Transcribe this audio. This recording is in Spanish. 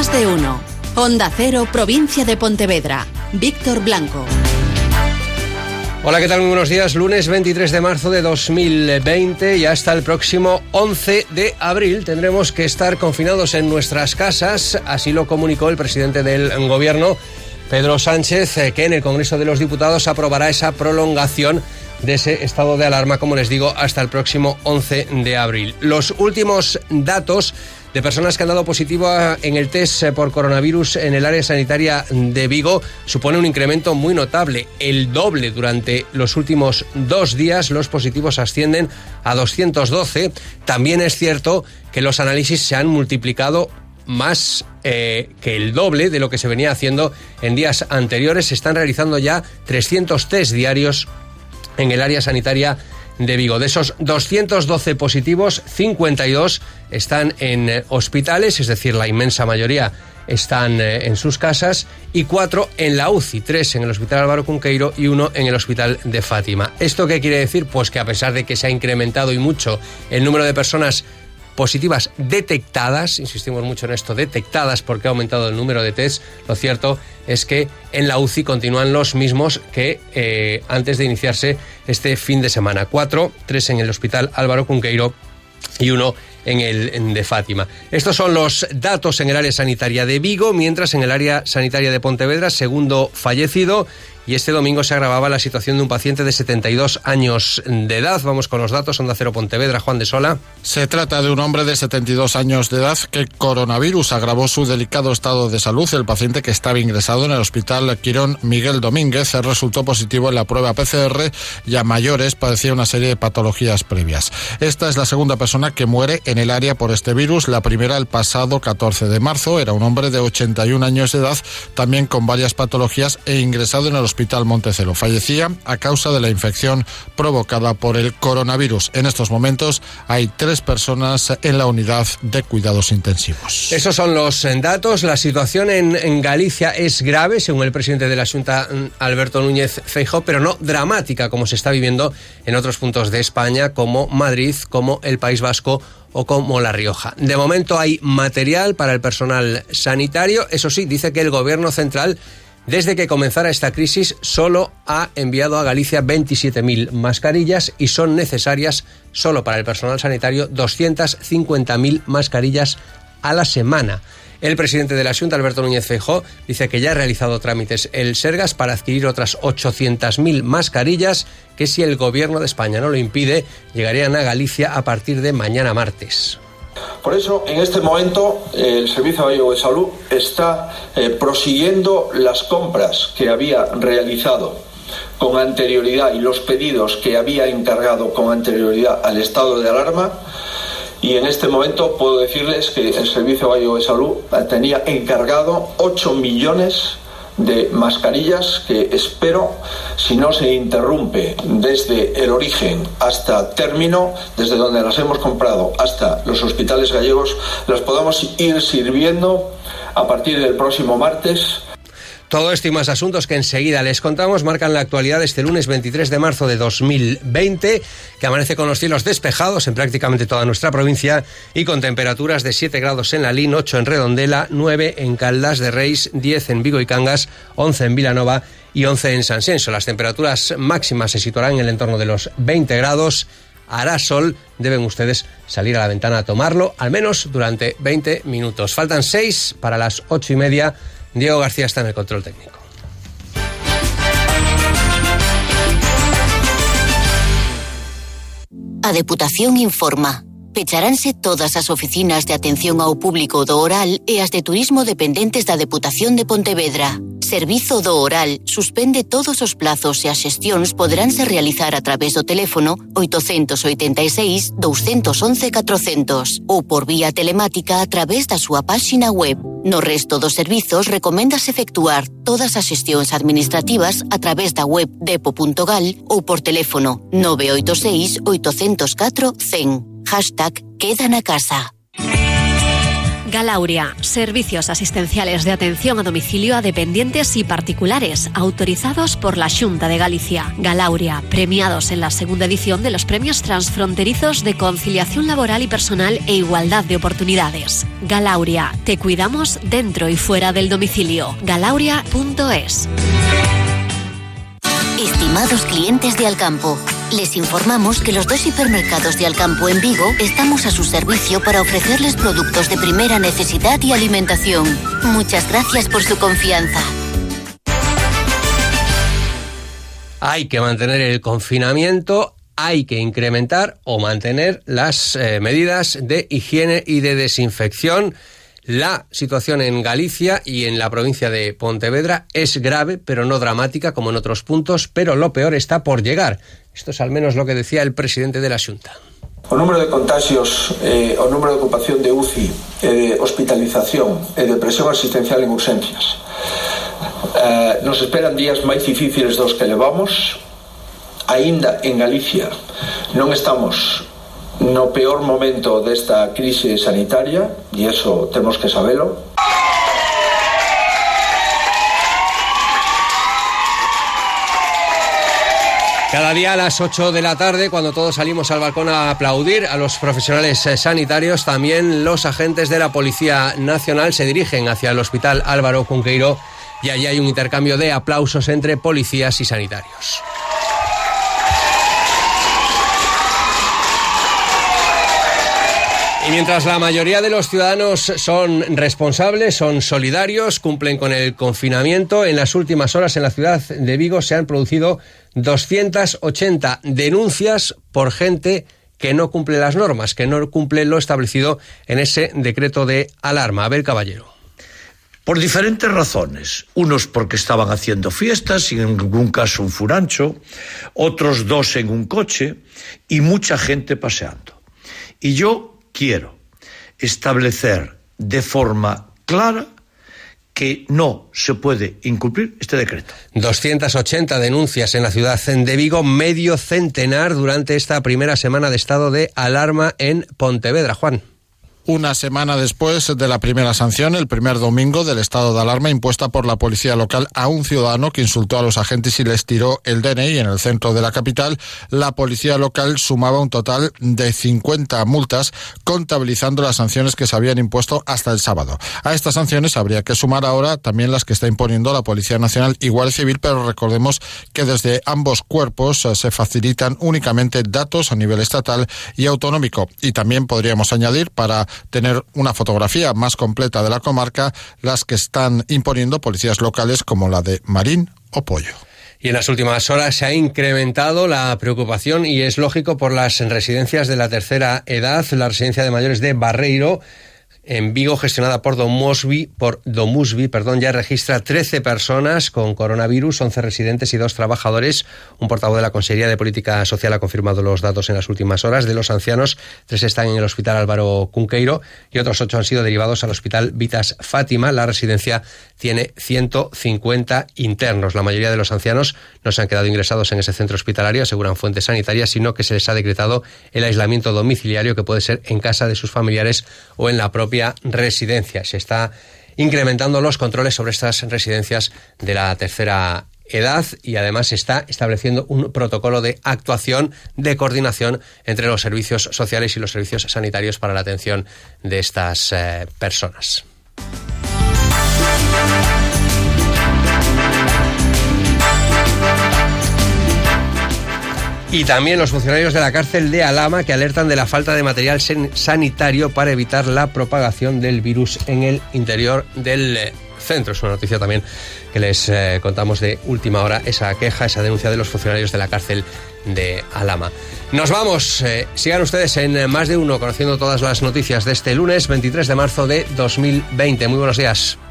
Más de uno. Onda Cero, provincia de Pontevedra. Víctor Blanco. Hola, ¿qué tal? Muy buenos días. Lunes 23 de marzo de 2020 y hasta el próximo 11 de abril tendremos que estar confinados en nuestras casas. Así lo comunicó el presidente del Gobierno, Pedro Sánchez, que en el Congreso de los Diputados aprobará esa prolongación de ese estado de alarma, como les digo, hasta el próximo 11 de abril. Los últimos datos de personas que han dado positivo en el test por coronavirus en el área sanitaria de Vigo supone un incremento muy notable, el doble. Durante los últimos 2 días los positivos ascienden a 212. También es cierto que los análisis se han multiplicado más que el doble de lo que se venía haciendo en días anteriores. Se están realizando ya 300 test diarios en el área sanitaria de Vigo. De esos 212 positivos, 52 están en hospitales, es decir, la inmensa mayoría están en sus casas, y 4 en la UCI, 3 en el Hospital Álvaro Cunqueiro y 1 en el Hospital de Fátima. ¿Esto qué quiere decir? Pues que a pesar de que se ha incrementado y mucho el número de personas positivas detectadas, insistimos mucho en esto, detectadas, porque ha aumentado el número de test, lo cierto es que en la UCI continúan los mismos que antes de iniciarse este fin de semana. 4, 3 en el Hospital Álvaro Cunqueiro y 1 en el de Fátima. Estos son los datos en el área sanitaria de Vigo, mientras en el área sanitaria de Pontevedra, segundo fallecido. Y este domingo se agravaba la situación de un paciente de 72 años de edad. Vamos con los datos. Onda Cero Pontevedra, Juan de Sola. Se trata de un hombre de 72 años de edad que coronavirus agravó su delicado estado de salud. El paciente, que estaba ingresado en el Hospital Quirón Miguel Domínguez, resultó positivo en la prueba PCR y a mayores padecía una serie de patologías previas. Esta es la segunda persona que muere en el área por este virus. La primera el pasado 14 de marzo. Era un hombre de 81 años de edad, también con varias patologías e ingresado en el Hospital Montecelo. Fallecía a causa de la infección provocada por el coronavirus. En estos momentos hay 3 personas en la unidad de cuidados intensivos. Esos son los datos. La situación en Galicia es grave, según el presidente de la Xunta, Alberto Núñez Feijóo, pero no dramática, como se está viviendo en otros puntos de España, como Madrid, como el País Vasco o como La Rioja. De momento hay material para el personal sanitario. Eso sí, dice que el Gobierno central, desde que comenzara esta crisis, solo ha enviado a Galicia 27.000 mascarillas y son necesarias, solo para el personal sanitario, 250.000 mascarillas a la semana. El presidente de la Xunta, Alberto Núñez Feijóo, dice que ya ha realizado trámites el Sergas para adquirir otras 800.000 mascarillas que, si el Gobierno de España no lo impide, llegarían a Galicia a partir de mañana martes. Por eso, en este momento, el Servicio Galego de Salud está prosiguiendo las compras que había realizado con anterioridad y los pedidos que había encargado con anterioridad al estado de alarma. Y en este momento puedo decirles que el Servicio Galego de Salud tenía encargado 8 millones de mascarillas que espero, si no se interrumpe desde el origen hasta término, desde donde las hemos comprado hasta los hospitales gallegos, las podamos ir sirviendo a partir del próximo martes. Todo esto y más asuntos que enseguida les contamos marcan la actualidad de este lunes 23 de marzo de 2020, que amanece con los cielos despejados en prácticamente toda nuestra provincia y con temperaturas de 7 grados en Lalín, 8 en Redondela, 9 en Caldas de Reis, 10 en Vigo y Cangas, 11 en Vilanova y 11 en Sanxenxo. Las temperaturas máximas se situarán en el entorno de los 20 grados. Hará sol, deben ustedes salir a la ventana a tomarlo, al menos durante 20 minutos. Faltan 6 para las 8:30. Diego García está en el control técnico. A Deputación informa. Pecharanse todas as oficinas de atención ao público do Oral e as de turismo dependentes da Deputación de Pontevedra. Servizo do Oral suspende todos os plazos e as xestións poderánse realizar a través do teléfono 886 211 400 ou por vía telemática a través da súa páxina web. No resto dos servizos recoméndase efectuar todas as xestións administrativas a través da web depo.gal ou por teléfono 986 804 100. #Queda na casa. Galauria, servicios asistenciales de atención a domicilio a dependientes y particulares, autorizados por la Xunta de Galicia. Galauria, premiados en la segunda edición de los premios transfronterizos de conciliación laboral y personal e igualdad de oportunidades. Galauria, te cuidamos dentro y fuera del domicilio. Galauria.es. Estimados clientes de Alcampo, les informamos que los 2 hipermercados de Alcampo en Vigo estamos a su servicio para ofrecerles productos de primera necesidad y alimentación. Muchas gracias por su confianza. Hay que mantener el confinamiento, hay que incrementar o mantener las medidas de higiene y de desinfección. La situación en Galicia y en la provincia de Pontevedra es grave, pero no dramática como en otros puntos, pero lo peor está por llegar. Esto es al menos lo que decía el presidente de la Xunta. O número de contagios, o número de ocupación de UCI, de hospitalización e de presión asistencial en urgencias. Nos esperan días máis difíciles dos que levamos. Aínda en Galicia non estamos no peor momento desta crise sanitaria, e eso temos que sabelo. Cada día a las 8 de la tarde, cuando todos salimos al balcón a aplaudir a los profesionales sanitarios, también los agentes de la Policía Nacional se dirigen hacia el Hospital Álvaro Cunqueiro y allí hay un intercambio de aplausos entre policías y sanitarios. Y mientras la mayoría de los ciudadanos son responsables, son solidarios, cumplen con el confinamiento, en las últimas horas en la ciudad de Vigo se han producido 280 denuncias por gente que no cumple las normas, que no cumple lo establecido en ese decreto de alarma. Abel Caballero. Por diferentes razones. Unos porque estaban haciendo fiestas, y en ningún caso un furancho, otros 2 en un coche y mucha gente paseando. Y yo quiero establecer de forma clara que no se puede incumplir este decreto. 280 denuncias en la ciudad de Vigo, medio centenar durante esta primera semana de estado de alarma en Pontevedra. Juan. Una semana después de la primera sanción, el primer domingo del estado de alarma impuesta por la policía local a un ciudadano que insultó a los agentes y les tiró el DNI en el centro de la capital, la policía local sumaba un total de 50 multas, contabilizando las sanciones que se habían impuesto hasta el sábado. A estas sanciones habría que sumar ahora también las que está imponiendo la Policía Nacional y Guardia Civil, pero recordemos que desde ambos cuerpos se facilitan únicamente datos a nivel estatal y autonómico. Y también podríamos añadir, para tener una fotografía más completa de la comarca, las que están imponiendo policías locales como la de Marín o Pollo. Y en las últimas horas se ha incrementado la preocupación, y es lógico, por las residencias de la tercera edad. La residencia de mayores de Barreiro, en Vigo, gestionada por Domusvi, ya registra 13 personas con coronavirus, 11 residentes y 2 trabajadores. Un portavoz de la Consejería de Política Social ha confirmado los datos en las últimas horas. De los ancianos, 3 están en el Hospital Álvaro Cunqueiro y otros 8 han sido derivados al Hospital Vitas Fátima. La residencia tiene 150 internos. La mayoría de los ancianos no se han quedado ingresados en ese centro hospitalario, aseguran fuentes sanitarias, sino que se les ha decretado el aislamiento domiciliario, que puede ser en casa de sus familiares o en la propia residencia. Se está incrementando los controles sobre estas residencias de la tercera edad y además se está estableciendo un protocolo de actuación, de coordinación entre los servicios sociales y los servicios sanitarios para la atención de estas personas. Y también los funcionarios de la cárcel de Alhama, que alertan de la falta de material sanitario para evitar la propagación del virus en el interior del centro. Es una noticia también que les contamos de última hora, esa queja, esa denuncia de los funcionarios de la cárcel de Alhama. Nos vamos. Sigan ustedes en Más de Uno, conociendo todas las noticias de este lunes 23 de marzo de 2020. Muy buenos días.